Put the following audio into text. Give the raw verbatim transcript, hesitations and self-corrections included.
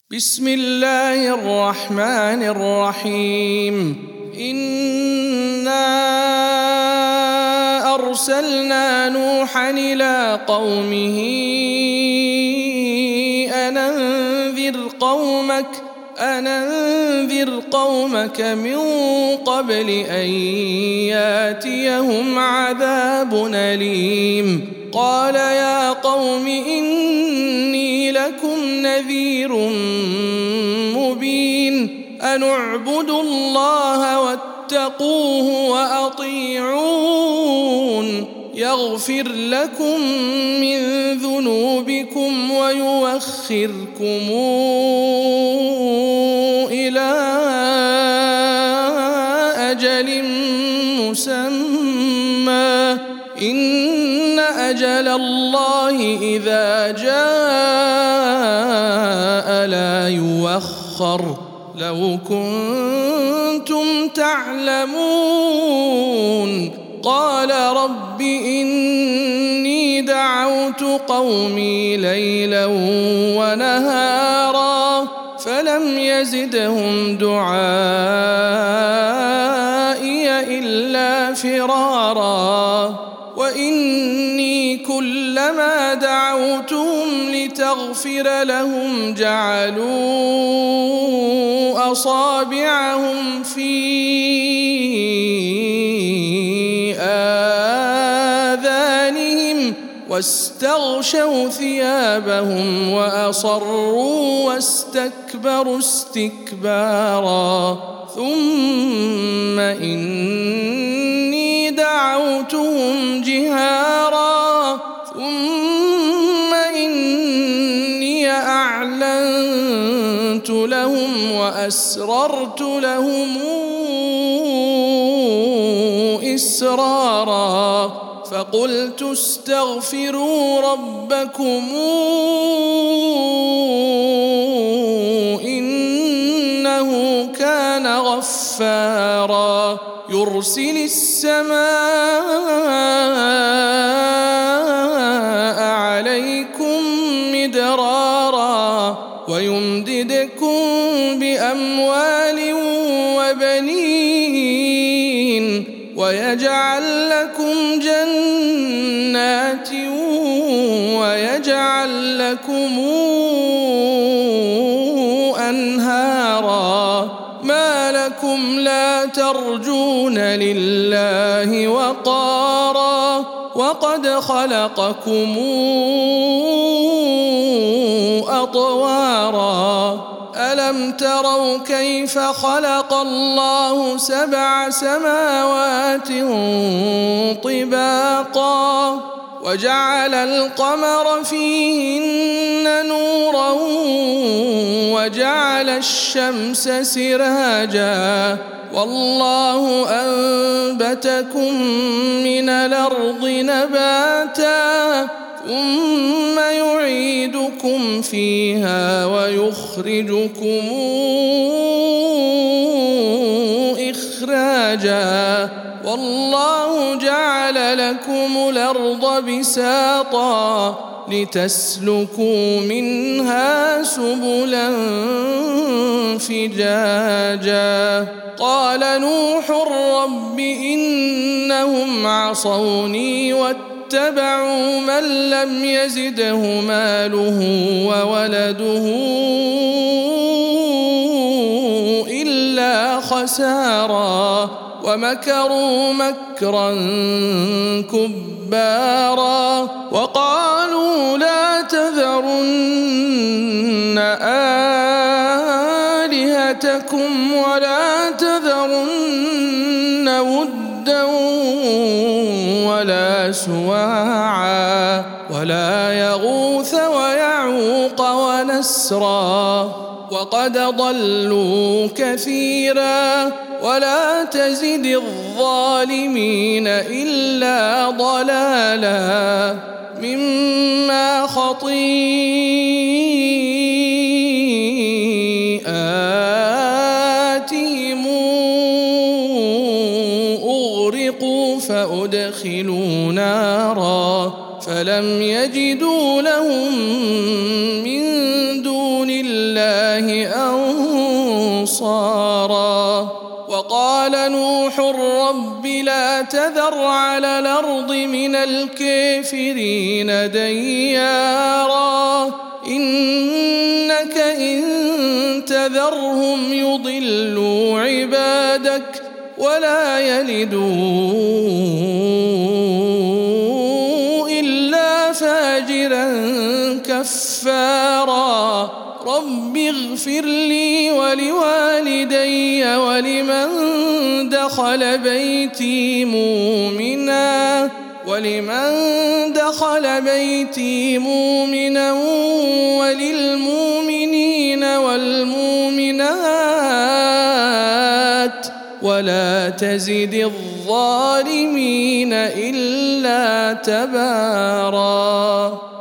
بسم الله الرحمن الرحيم إنا أرسلنا نوحا إلى قومه أن أنذر قومك أن أنذر قومك من قبل أن ياتيهم عذاب أليم قال يا قوم إني لكم نذير مبين أن اعبدوا الله واتقوه وأطيعون يغفر لكم من ذنوبكم ويؤخركم إلى أجل مسمى إن أجل الله إذا جاء لا يؤخر لو كنتم تعلمون قال رب إني دعوت قومي ليلا ونهارا فلم يزدهم دعائي إلا فرارا وإني كلما دعوتهم لتغفر لهم جعلوا أصابعهم في آذانهم واستغشوا ثيابهم وأصروا واستكبروا استكبارا ثم إني دعوتهم جهارا ثم إني أعلنت لهم وأسررت لهم إسرارا فقلت استغفروا ربكم إنه كان غفارا يرسل السماء عليكم مدرارا ويمددكم بأموال وبنين ويجعل لكم جنات ويجعل لكم أنهارا ما لكم لا ترجون لله وقارا وقد خلقكم أطوارا ألم تروا كيف خلق الله سبع سماوات طباقا وجعل القمر فيهن نورا وجعل الشمس سراجا والله أنبتكم من الأرض نباتا ثم يعيدكم فيها ويخرجكم إخراجا والله جعل لكم الأرض بساطا لتسلكوا منها سبلا فجاجا قال نوح رب إنهم عصوني واتبعوا من لم يزده ماله وولده إلا خسارا ومكروا مكرا كبارا وقالوا لا تذرن آلهتكم ولا تذرن ودا ولا سواعا ولا يغوث ويعوق ونسرا وقد ضلوا كثيرا ولا تزد الظالمين إلا ضلالا مما خطيئاتهم أغرقوا فأدخلوا نارا فلم يجدوا لهم من دون الله لله أنصارا. وقال نوح رب لا تذر على الأرض من الكافرين ديارا إنك إن تذرهم يضلوا عبادك ولا يلدوا إلا فاجرا كفارا. رب اغفر لي ولوالدي ولمن دخل بيتي مؤمنا ولمن دخل بيتي مؤمنا وللمؤمنين والمؤمنات ولا تزد الظالمين إلا تباراً.